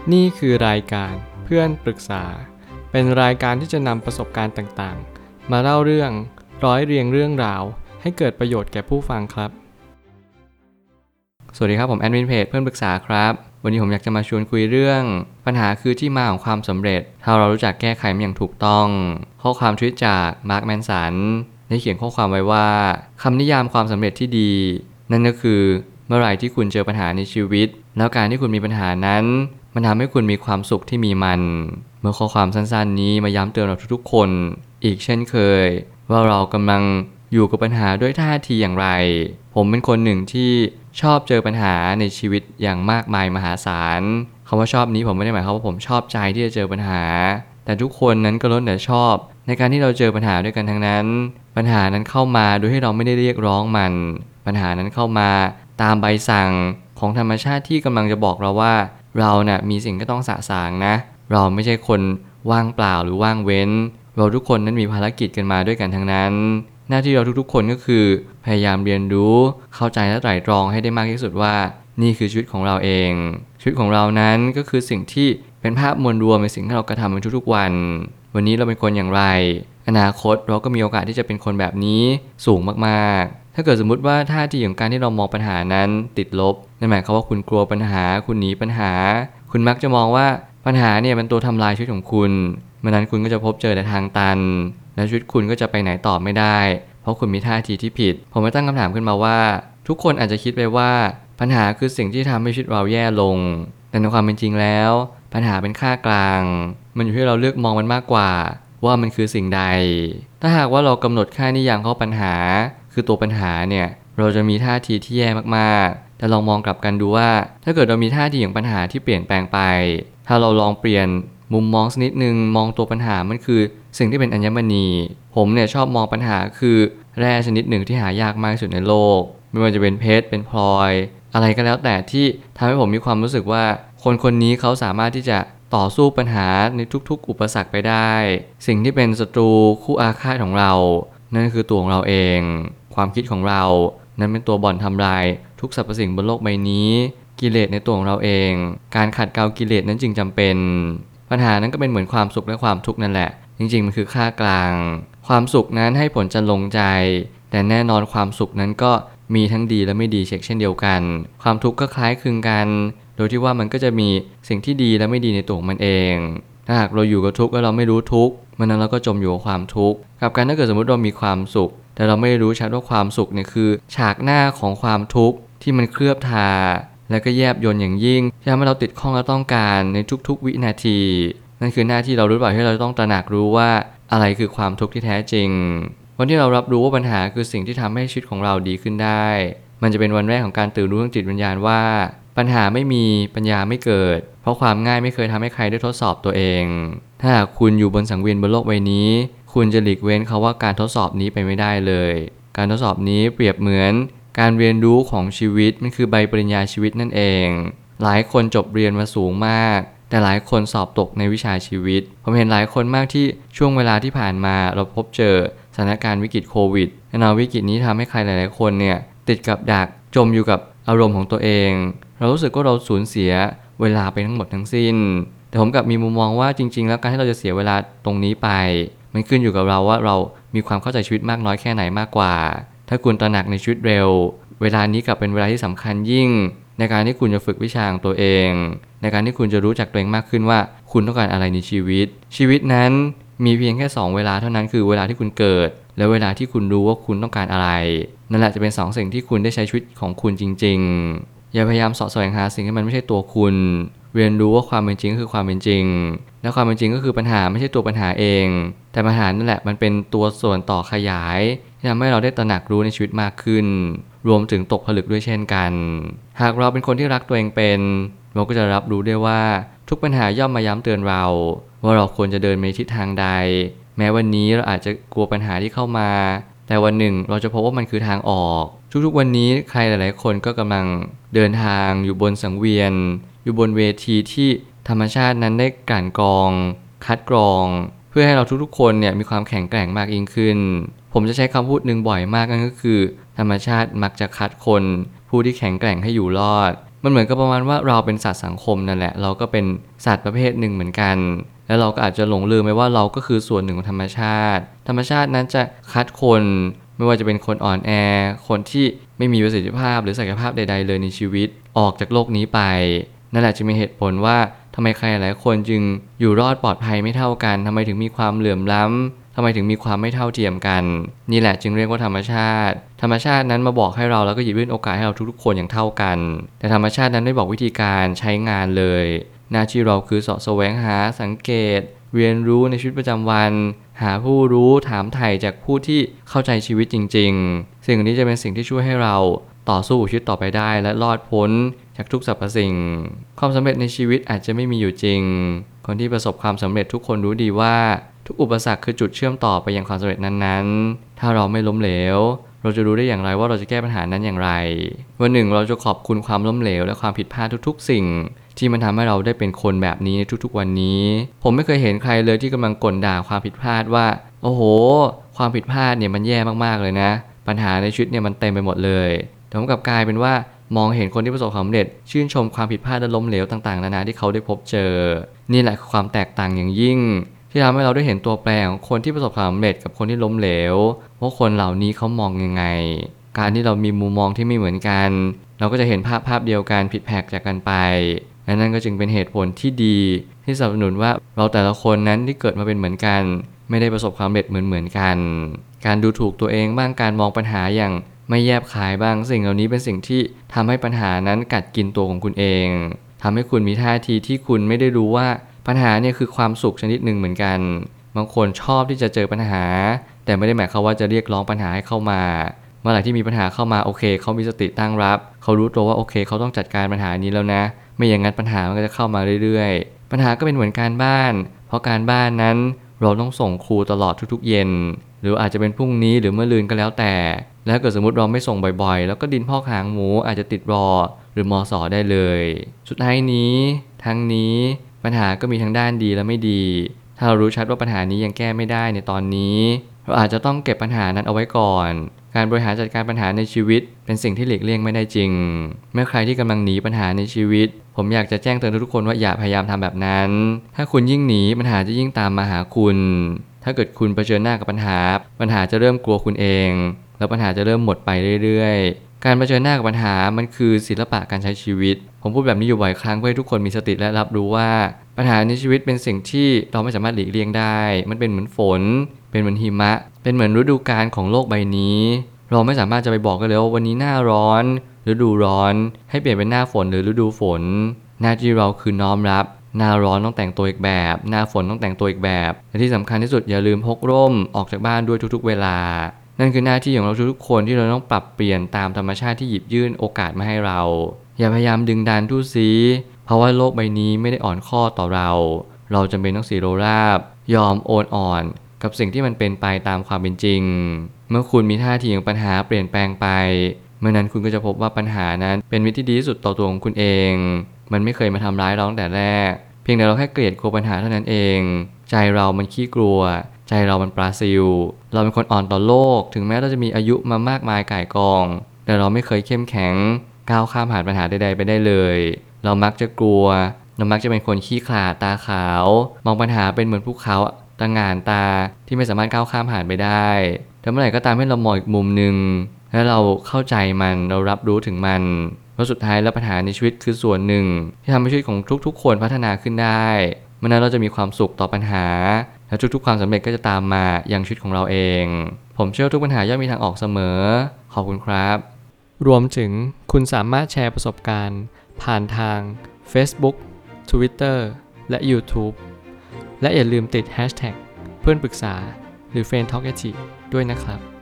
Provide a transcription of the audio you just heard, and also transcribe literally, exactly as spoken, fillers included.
นี่คือรายการเพื่อนปรึกษาเป็นรายการที่จะนำประสบการณ์ต่างๆมาเล่าเรื่องร้อยเรียงเรื่องราวให้เกิดประโยชน์แก่ผู้ฟังครับสวัสดีครับผมแอดมินเพจเพื่อนปรึกษาครับวันนี้ผมอยากจะมาชวนคุยเรื่องปัญหาคือที่มาของความสำเร็จถ้าเรารู้จักแก้ไขมันอย่างถูกต้องข้อความทวิตจากมาร์คแมนสันได้เขียนข้อความไว้ว่าคำนิยามความสำเร็จที่ดีนั่นก็คือเมื่อไหร่ที่คุณเจอปัญหาในชีวิตแล้วการที่คุณมีปัญหานั้นมันทำให้คุณมีความสุขที่มีมันเมื่อข้อความสั้นๆนี้มาย้ำเตือนเราทุกๆคนอีกเช่นเคยว่าเรากำลังอยู่กับปัญหาด้วยท่าทีอย่างไรผมเป็นคนหนึ่งที่ชอบเจอปัญหาในชีวิตอย่างมากมายมหาศาลคำว่าชอบนี้ผมไม่ได้หมายความว่าผมชอบใจที่จะเจอปัญหาแต่ทุกคนนั้นก็ล้วนแต่ชอบในการที่เราเจอปัญหาด้วยกันทั้งนั้นปัญหานั้นเข้ามาโดยที่เราไม่ได้เรียกร้องมันปัญหานั้นเข้ามาตามใบสั่งของธรรมชาติที่กำลังจะบอกเราว่าเราเนี่ยมีสิ่งที่ต้องสะสางนะเราไม่ใช่คนว่างเปล่าหรือว่างเว้นเราทุกคนนั้นมีภารกิจกันมาด้วยกันทั้งนั้นหน้าที่เราทุกๆคนก็คือพยายามเรียนรู้เข้าใจและไตร่ตรองให้ได้มากที่สุดว่านี่คือชีวิตของเราเองชีวิตของเรานั้นก็คือสิ่งที่เป็นภาพมวลรวมในสิ่งที่เรากระทำในทุกๆวันวันนี้เราเป็นคนอย่างไรอนาคตเราก็มีโอกาสที่จะเป็นคนแบบนี้สูงมากๆถ้าเกิดสมมุติว่าท่าทีของการที่เรามองปัญหานั้นติดลบนั่นหมายความว่าคุณกลัวปัญหาคุณหนีปัญหาคุณมักจะมองว่าปัญหาเนี่ยเป็นตัวทำลายชีวิตของคุณเมื่อนั้นคุณก็จะพบเจอแต่ทางตันและชีวิตคุณก็จะไปไหนต่อไม่ได้เพราะคุณมีท่าทีที่ผิดผมเลยตั้งคำถามขึ้นมาว่าทุกคนอาจจะคิดไปว่าปัญหาคือสิ่งที่ทำให้ชีวิตเราแย่ลงแต่ในความเป็นจริงแล้วปัญหาเป็นค่ากลางมันอยู่ที่เราเลือกมองมันมากกว่าว่ามันคือสิ่งใดถ้าหากว่าเรากำหนดค่านิยามของปัญหาคือตัวปัญหาเนี่ยเราจะมีท่าทีที่แย่มากๆแต่ลองมองกลับกันดูว่าถ้าเกิดเรามีท่าทีของปัญหาที่เปลี่ยนแปลงไปถ้าเราลองเปลี่ยนมุมมองสักนิดนึงมองตัวปัญหามันคือสิ่งที่เป็นอัญมณีผมเนี่ยชอบมองปัญหาคือแร่ชนิดหนึ่งที่หายากมากที่สุดในโลกไม่ว่าจะเป็นเพชรเป็นพลอยอะไรก็แล้วแต่ที่ทำให้ผมมีความรู้สึกว่าคนคนนี้เขาสามารถที่จะต่อสู้ปัญหาในทุกๆอุปสรรคไปได้สิ่งที่เป็นศัตรูคู่อาฆาตของเรานั่นคือตัวของเราเองความคิดของเรานั้นเป็นตัวบ่อนทำลายทุกสรรพสิ่งบนโลกใบนี้กิเลสในตัวของเราเองการขัดเกลากิเลสนั้นจึงจำเป็นปัญหานั้นก็เป็นเหมือนความสุขและความทุกข์นั่นแหละจริงๆมันคือค่ากลางความสุขนั้นให้ผลจะลงใจแต่แน่นอนความสุขนั้นก็มีทั้งดีและไม่ดีเช่นเดียวกันความทุกข์ก็คล้ายคลึงกันโดยที่ว่ามันก็จะมีสิ่งที่ดีและไม่ดีในตัวของมันเองถ้าหากเราอยู่กับทุกข์แล้วเราไม่รู้ทุกข์มันนั้นเราก็จมอยู่กับความทุกข์กับการถ้าเกิดสมมติเรามีความสุขแต่เราไม่รู้ชัดว่าความสุขเนี่ยคือฉากหน้าของความทุกข์ที่มันเคลือบทาและก็แยบยลอย่างยิ่งที่ทำให้เราติดข้องและต้องการในทุกๆวินาทีนั่นคือหน้าที่เรารู้เปล่าที่เราต้องตระหนักรู้ว่าอะไรคือความทุกข์ที่แท้จริงวันที่เรารับรู้ว่าปัญหาคือสิ่งที่ทำให้ชีวิตของเราดีขึ้นได้มันจะเป็นวันแรกของการตื่นรู้ทางจิตวิญญาณว่าปัญหาไม่มีปัญญาไม่เกิดเพราะความง่ายไม่เคยทำให้ใครได้ทดสอบตัวเองถ้าหากคุณอยู่บนสังเวียนบนโลกใบนี้คุณจะหลีกเว้นเขาว่าการทดสอบนี้ไปไม่ได้เลยการทดสอบนี้เปรียบเหมือนการเรียนรู้ของชีวิตมันคือใบปริญญาชีวิตนั่นเองหลายคนจบเรียนมาสูงมากแต่หลายคนสอบตกในวิชาชีวิตผมเห็นหลายคนมากที่ช่วงเวลาที่ผ่านมาเราพบเจอสถานการณ์วิกฤตโควิดแน่นอนวิกฤตนี้ทำให้ใครหลายๆคนเนี่ยติดกับดักจมอยู่กับอารมณ์ของตัวเองเรารู้สึกว่าเราสูญเสียเวลาไปทั้งหมดทั้งสิ้นแต่ผมกลับมีมุมมองว่าจริงๆแล้วการที่เราจะเสียเวลาตรงนี้ไปมันขึ้นอยู่กับเราว่าเรามีความเข้าใจชีวิตมากน้อยแค่ไหนมากกว่าถ้าคุณตระหนักในชีวิตเร็วเวลานี้กลับเป็นเวลาที่สำคัญยิ่งในการที่คุณจะฝึกวิชาของตัวเองในการที่คุณจะรู้จักตัวเองมากขึ้นว่าคุณต้องการอะไรในชีวิตชีวิตนั้นมีเพียงแค่สองเวลาเท่านั้นคือเวลาที่คุณเกิดและเวลาที่คุณรู้ว่าคุณต้องการอะไรนั่นแหละจะเป็นสองสิ่งที่คุณได้ใช้ชีวิตของคุณจริงๆอย่าพยายามเสาะแสวงหาสิ่งที่มันไม่ใช่ตัวคุณเรียนรู้ว่าความเป็นจริงก็คือความเป็นจริงและความเป็นจริงก็คือปัญหาไม่ใช่ตัวปัญหาเองแต่ปัญหานั่นแหละมันเป็นตัวส่วนต่อขยายที่ทำให้เราได้ตระหนักรู้ในชีวิตมากขึ้นรวมถึงตกผลึกด้วยเช่นกันหากเราเป็นคนที่รักตัวเองเป็นเราก็จะรับรู้ได้ว่าทุกปัญหาย่อมมาย้ำเตือนเราว่าเราควรจะเดินในทิศทางใดแม้วันนี้เราอาจจะกลัวปัญหาที่เข้ามาแต่วันหนึ่งเราจะพบว่ามันคือทางออกทุกๆวันนี้ใครหลายๆคนก็กำลังเดินทางอยู่บนสังเวียนอยู่บนเวทีที่ธรรมชาตินั้นได้กลั่นกรองคัดกรองเพื่อให้เราทุกๆคนเนี่ยมีความแข็งแกร่งมากยิ่งขึ้นผมจะใช้คำพูดหนึ่งบ่อยมากนั่นก็คือธรรมชาติมักจะคัดคนผู้ที่แข็งแกร่งให้อยู่รอด เมันเหมือนกับประมาณว่าเราเป็นสัตว์สังคมนั่นแหละเราก็เป็นสัตว์ประเภทหนึ่งเหมือนกันแล้วเราก็อาจจะหลงลืมไปว่าเราก็คือส่วนหนึ่งของธรรมชาติธรรมชาตินั้นจะคัดคนไม่ว่าจะเป็นคนอ่อนแอคนที่ไม่มีประสิทธิภาพหรือศักยภาพใดๆเลยในชีวิตออกจากโลกนี้ไปนั่นแหละจึงมีเหตุผลว่าทำไมใครหลายคนจึงอยู่รอดปลอดภัยไม่เท่ากันทำไมถึงมีความเหลื่อมล้ำทำไมถึงมีความไม่เท่าเทียมกันนี่แหละจึงเรียกว่าธรรมชาติธรรมชาตินั้นมาบอกให้เราแล้วก็หยิบยื่นโอกาสให้เราทุกๆคนอย่างเท่ากันแต่ธรรมชาตินั้นไม่บอกวิธีการใช้งานเลยหน้าที่เราคือเสาะแสวงหาสังเกตเรียนรู้ในชีวิตประจำวันหาผู้รู้ถามไถ่จากผู้ที่เข้าใจชีวิตจริงๆสิ่งนี้จะเป็นสิ่งที่ช่วยให้เราต่อสู้ชีวิตต่อไปได้และรอดพ้นจากทุกสรรพสิ่งความสำเร็จในชีวิตอาจจะไม่มีอยู่จริงคนที่ประสบความสำเร็จทุกคนรู้ดีว่าทุกอุปสรรคคือจุดเชื่อมต่อไปยังความสำเร็จนั้นๆถ้าเราไม่ล้มเหลวเราจะรู้ได้อย่างไรว่าเราจะแก้ปัญหานั้นอย่างไรวันหนึ่งเราจะขอบคุณความล้มเหลวและความผิดพลาดทุกๆสิ่งที่มันทำให้เราได้เป็นคนแบบนี้ในทุกๆวันนี้ผมไม่เคยเห็นใครเลยที่กำลังก่นด่าความผิดพลาดว่าโอ้โหความผิดพลาดเนี่ยมันแย่มากๆเลยนะปัญหาในชีวิตเนี่ยมันเต็มไปหมดเลยแต่ผมกลับกลายเป็นว่ามองเห็นคนที่ประสบความสำเร็จชื่นชมความผิดพลาดและล้มเหลวต่างๆนานาที่เขาได้พบเจอนี่แหละคือความแตกต่างอย่างยิ่งที่ทำให้เราได้เห็นตัวแปรของคนที่ประสบความสำเร็จกับคนที่ล้มเหลวว่าคนเหล่านี้เขามองยังไงการที่เรามีมุมมองที่ไม่เหมือนกันเราก็จะเห็นภาพภาพเดียวกันผิดแผกจากกันไปและนั่นก็จึงเป็นเหตุผลที่ดีที่สนับสนุนว่าเราแต่ละคนนั้นที่เกิดมาเป็นเหมือนกันไม่ได้ประสบความสำเร็จเหมือนเหมือนกันการดูถูกตัวเองบ้างการมองปัญหาอย่างไม่แยบคายบ้างสิ่งเหล่านี้เป็นสิ่งที่ทำให้ปัญหานั้นกัดกินตัวของคุณเองทำให้คุณมีท่าทีที่คุณไม่ได้รู้ว่าปัญหาเนี่ยคือความสุขชนิดหนึ่งเหมือนกันบางคนชอบที่จะเจอปัญหาแต่ไม่ได้หมายความว่าจะเรียกร้องปัญหาให้เข้ามาเมื่อไหร่ที่มีปัญหาเข้ามาโอเคเขามีสติตั้งรับเขารู้ตัวว่าโอเคเขาต้องจัดการปัญหานี้แล้วนะไม่อย่างนั้นปัญหามันก็จะเข้ามาเรื่อยๆปัญหาก็เป็นเหมือนการบ้านเพราะการบ้านนั้นเราต้องส่งครูตลอดทุกๆเย็นหรืออาจจะเป็นพรุ่งนี้หรือเมื่อลืนก็แล้วแต่แล้วเกิดสมมติเราไม่ส่งบ่อยๆแล้วก็ดินพอกหางหมูอาจจะติดรอหรือมส.ได้เลยสุดท้ายนี้ทั้งนี้ปัญหาก็มีทั้งด้านดีและไม่ดีถ้าเรารู้ชัดว่าปัญหานี้ยังแก้ไม่ได้ในตอนนี้เราอาจจะต้องเก็บปัญหานั้นเอาไว้ก่อนการบริหารจัดการปัญหาในชีวิตเป็นสิ่งที่หลีกเลี่ยงไม่ได้จริงเมื่อใครที่กำลังหนีปัญหาในชีวิตผมอยากจะแจ้งเตือนทุกคนว่าอย่าพยายามทำแบบนั้นถ้าคุณยิ่งหนีปัญหาจะยิ่งตามมาหาคุณถ้าเกิดคุณเผชิญหน้ากับปัญหาปัญหาจะเริ่มกลัวคุณเองแล้วปัญหาจะเริ่มหมดไปเรื่อยๆการเผชิญหน้ากับปัญหามันคือศิลปะการใช้ชีวิตผมพูดแบบนี้อยู่บ่อยครั้งเพื่อให้ทุกคนมีสติและรับรู้ว่าปัญหาในชีวิตเป็นสิ่งที่เราไม่สามารถหลีกเลี่ยงได้มันเป็นเหมือนฝนเป็นเหมือนหิมะเป็นเหมือนฤดูกาลของโลกใบนี้เราไม่สามารถจะไปบอกกันเลยว่าวันนี้หน้าร้อนฤดูร้อนให้เปลี่ยนเป็นหน้าฝนหรือฤดูฝนหน้าที่เราคือน้อมรับหน้าร้อนต้องแต่งตัวอีกแบบหน้าฝนต้องแต่งตัวอีกแบบและที่สำคัญที่สุดอย่าลืมพกร่มออกจากบ้านด้วยทุกๆเวลานั่นคือหน้าที่ของเราทุกๆคนที่เราต้องปรับเปลี่ยนตามธรรมชาติที่หยิบยื่นโอกาสมาให้เราอย่าพยายามดึงดันทุซีเพราะว่าโลกใบนี้ไม่ได้อ่อนข้อต่อเราเราจำเป็นต้องสีโรราบยอมโอนอ่อนกับสิ่งที่มันเป็นไปตามความเป็นจริงเมื่อคุณมีท่าทีของปัญหาเปลี่ยนแปลงไปเมื่อนั้นคุณก็จะพบว่าปัญหานั้นเป็นวิธีที่ดีที่สุดต่อตัวของคุณเองมันไม่เคยมาทำร้ายเราตั้งแต่แรกเพียงแต่เราแค่เกลียดกลัวปัญหาเท่านั้นเองใจเรามันขี้กลัวใจเรามันปลาซิลเราเป็นคนอ่อนต่อโลกถึงแม้เราจะมีอายุมามากมายก่ายกองแต่เราไม่เคยเข้มแข็งก้าวข้ามผ่านปัญหาใดๆไปได้เลยเรามักจะกลัวเรามักจะเป็นคนขี้ขลาดตาขาวมองปัญหาเป็นเหมือนภูเขาตะหง่านตาที่ไม่สามารถก้าวข้ามผ่านไปได้แต่เมื่อไหร่ก็ตามให้เรามองอีกมุมนึงและเราเข้าใจมันเรารับรู้ถึงมันเพราะสุดท้ายแล้วปัญหาในชีวิตคือส่วนหนึ่งที่ทำให้ชีวิตของทุกๆคนพัฒนาขึ้นได้เมื่อนั้นเราจะมีความสุขต่อปัญหาและทุกๆความสำเร็จก็จะตามมายังชีวิตของเราเองผมเชื่อทุกปัญหาย่อมมีทางออกเสมอขอบคุณครับรวมถึงคุณสามารถแชร์ประสบการณ์ผ่านทาง Facebook Twitter และ YouTube และอย่าลืมติด แฮชแท็ก เพื่อนปรึกษาหรือ เฟรนด์ ทอล์ก ด้วยนะครับ